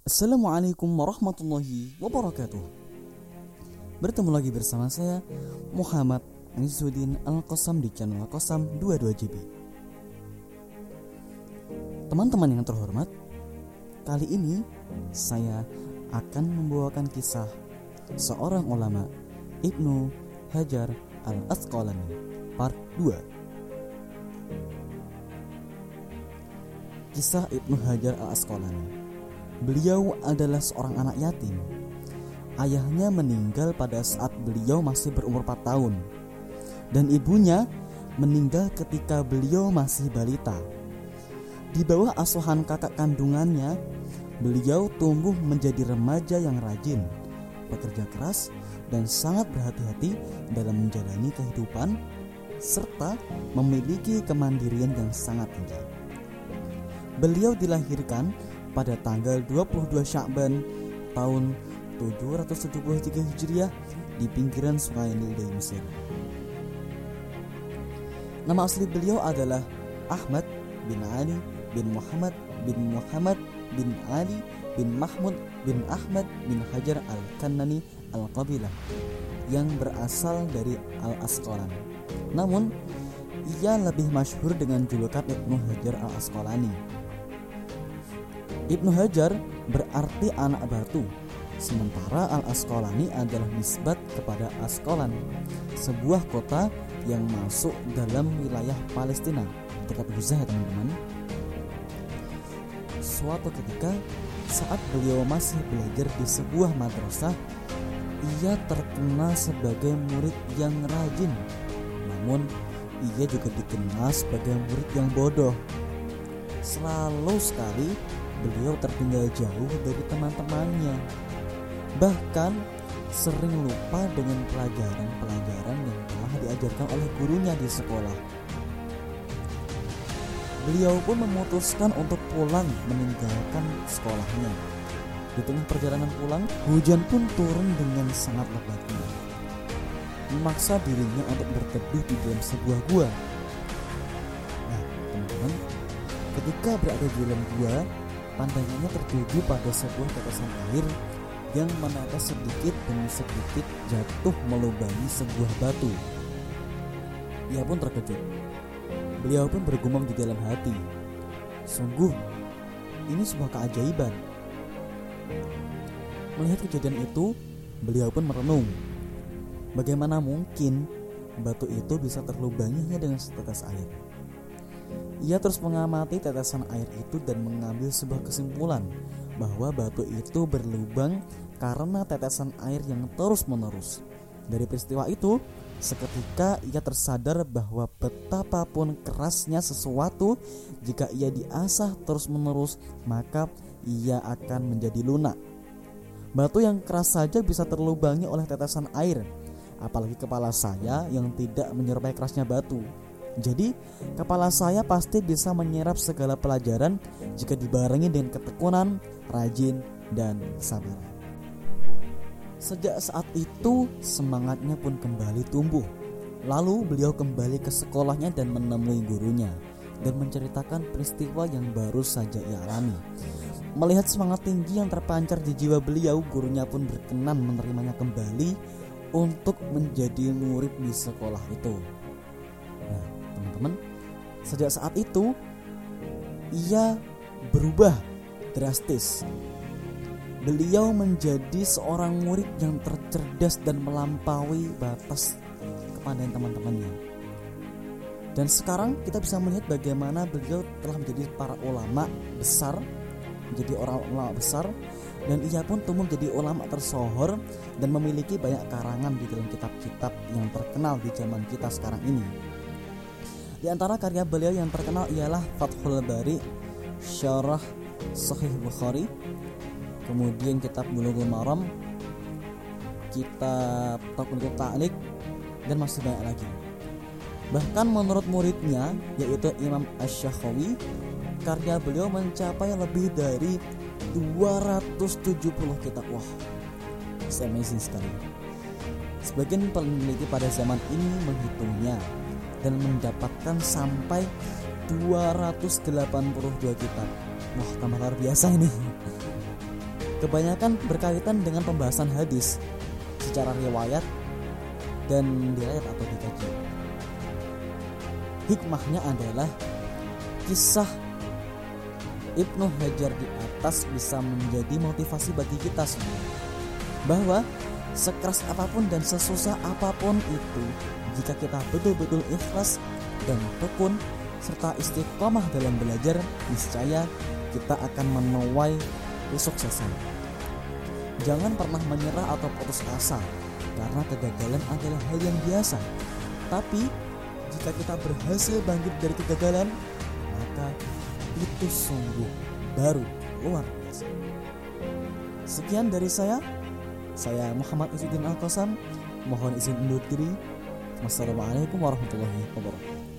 Assalamualaikum warahmatullahi wabarakatuh. Bertemu lagi bersama saya Muhammad Izzuddin Al-Qasam di channel Qasam 22GB. Teman-teman yang terhormat, kali ini saya akan membawakan kisah seorang ulama, Ibnu Hajar Al-Asqalani part 2. Kisah Ibnu Hajar Al-Asqalani. Beliau adalah seorang anak yatim. Ayahnya meninggal pada saat beliau masih berumur 4 tahun, dan ibunya meninggal ketika beliau masih balita. Di bawah asuhan kakak kandungannya, beliau tumbuh menjadi remaja yang rajin, bekerja keras, dan sangat berhati-hati dalam menjalani kehidupan, serta memiliki kemandirian yang sangat tinggi. Beliau dilahirkan pada tanggal 22 Sya'ban tahun 773 Hijriah di pinggiran Sungai Nil di Mesir. Nama asli beliau adalah Ahmad bin Ali bin Muhammad bin Ali bin Mahmud bin Ahmad bin Hajar Al-Kannani Al-Qabilah yang berasal dari Al-Asqalani. Namun, ia lebih masyhur dengan julukan Ibnu Hajar Al-Asqalani. Ibnu Hajar berarti anak batu, sementara Al-Asqalani adalah nisbat kepada Asqalan, sebuah kota yang masuk dalam wilayah Palestina dekat Gaza, teman-teman. Suatu ketika saat beliau masih belajar di sebuah madrasah, ia terkenal sebagai murid yang rajin. Namun ia juga dikenal sebagai murid yang bodoh. Selalu sekali beliau tertinggal jauh dari teman-temannya. Bahkan sering lupa dengan pelajaran-pelajaran yang telah diajarkan oleh gurunya di sekolah. Beliau pun memutuskan untuk pulang meninggalkan sekolahnya. Di tengah perjalanan pulang, hujan pun turun dengan sangat lebatnya, memaksa dirinya untuk berteduh di dalam sebuah gua. Nah, teman-teman, ketika berada di dalam gua, pandangannya tertuju pada sebuah tetesan air yang menetes sedikit demi sedikit jatuh melubangi sebuah batu. Ia pun terkejut. Beliau pun bergumam di dalam hati, sungguh ini sebuah keajaiban. Melihat kejadian itu, beliau pun merenung, bagaimana mungkin batu itu bisa terlubangi hanya dengan setetes air. Ia terus mengamati tetesan air itu dan mengambil sebuah kesimpulan bahwa batu itu berlubang karena tetesan air yang terus-menerus. Dari peristiwa itu, seketika ia tersadar bahwa betapapun kerasnya sesuatu, jika ia diasah terus-menerus, maka ia akan menjadi lunak. Batu yang keras saja bisa terlubangi oleh tetesan air, apalagi kepala saya yang tidak menyerupai kerasnya batu. Jadi, kepala saya pasti bisa menyerap segala pelajaran jika dibarengi dengan ketekunan, rajin, dan sabar. Sejak saat itu, semangatnya pun kembali tumbuh. Lalu beliau kembali ke sekolahnya dan menemui gurunya dan menceritakan peristiwa yang baru saja ia alami. Melihat semangat tinggi yang terpancar di jiwa beliau, gurunya pun berkenan menerimanya kembali untuk menjadi murid di sekolah itu. Nah, teman-teman, sejak saat itu ia berubah drastis. Beliau menjadi seorang murid yang tercerdas dan melampaui batas kepandaian teman-temannya. Dan sekarang kita bisa melihat bagaimana beliau telah menjadi para ulama besar, menjadi orang ulama besar, dan ia pun tumbuh menjadi ulama tersohor dan memiliki banyak karangan di dalam kitab-kitab yang terkenal di zaman kita sekarang ini. Di antara karya beliau yang terkenal ialah Fathul Bari, Syarah Sahih Bukhari, kemudian kitab Bulughul Maram, kitab Taqribut Ta'liq, dan masih banyak lagi. Bahkan menurut muridnya, yaitu Imam Asy-Syakhawi, karya beliau mencapai lebih dari 270 kitab. Wah, it's amazing sekali. Sebagian peneliti pada zaman ini menghitungnya dan mendapatkan sampai 282 kitab. Wah, tambah luar biasa ini. kebanyakan berkaitan dengan pembahasan hadis secara riwayat dan dirayat atau dikaji. Hikmahnya adalah kisah Ibnu Hajar di atas bisa menjadi motivasi bagi kita semua, bahwa sekeras apapun dan sesusah apapun itu, jika kita betul-betul ikhlas dan tekun serta istiqomah dalam belajar, niscaya kita akan menuai kesuksesan. Jangan pernah menyerah atau putus asa, karena kegagalan adalah hal yang biasa. Tapi jika kita berhasil bangkit dari kegagalan, maka itu sungguh baru luar biasa. Sekian dari saya Muhammad Izzuddin Al-Qassam. Mohon izin undur diri. Wassalamualaikum warahmatullahi wabarakatuh.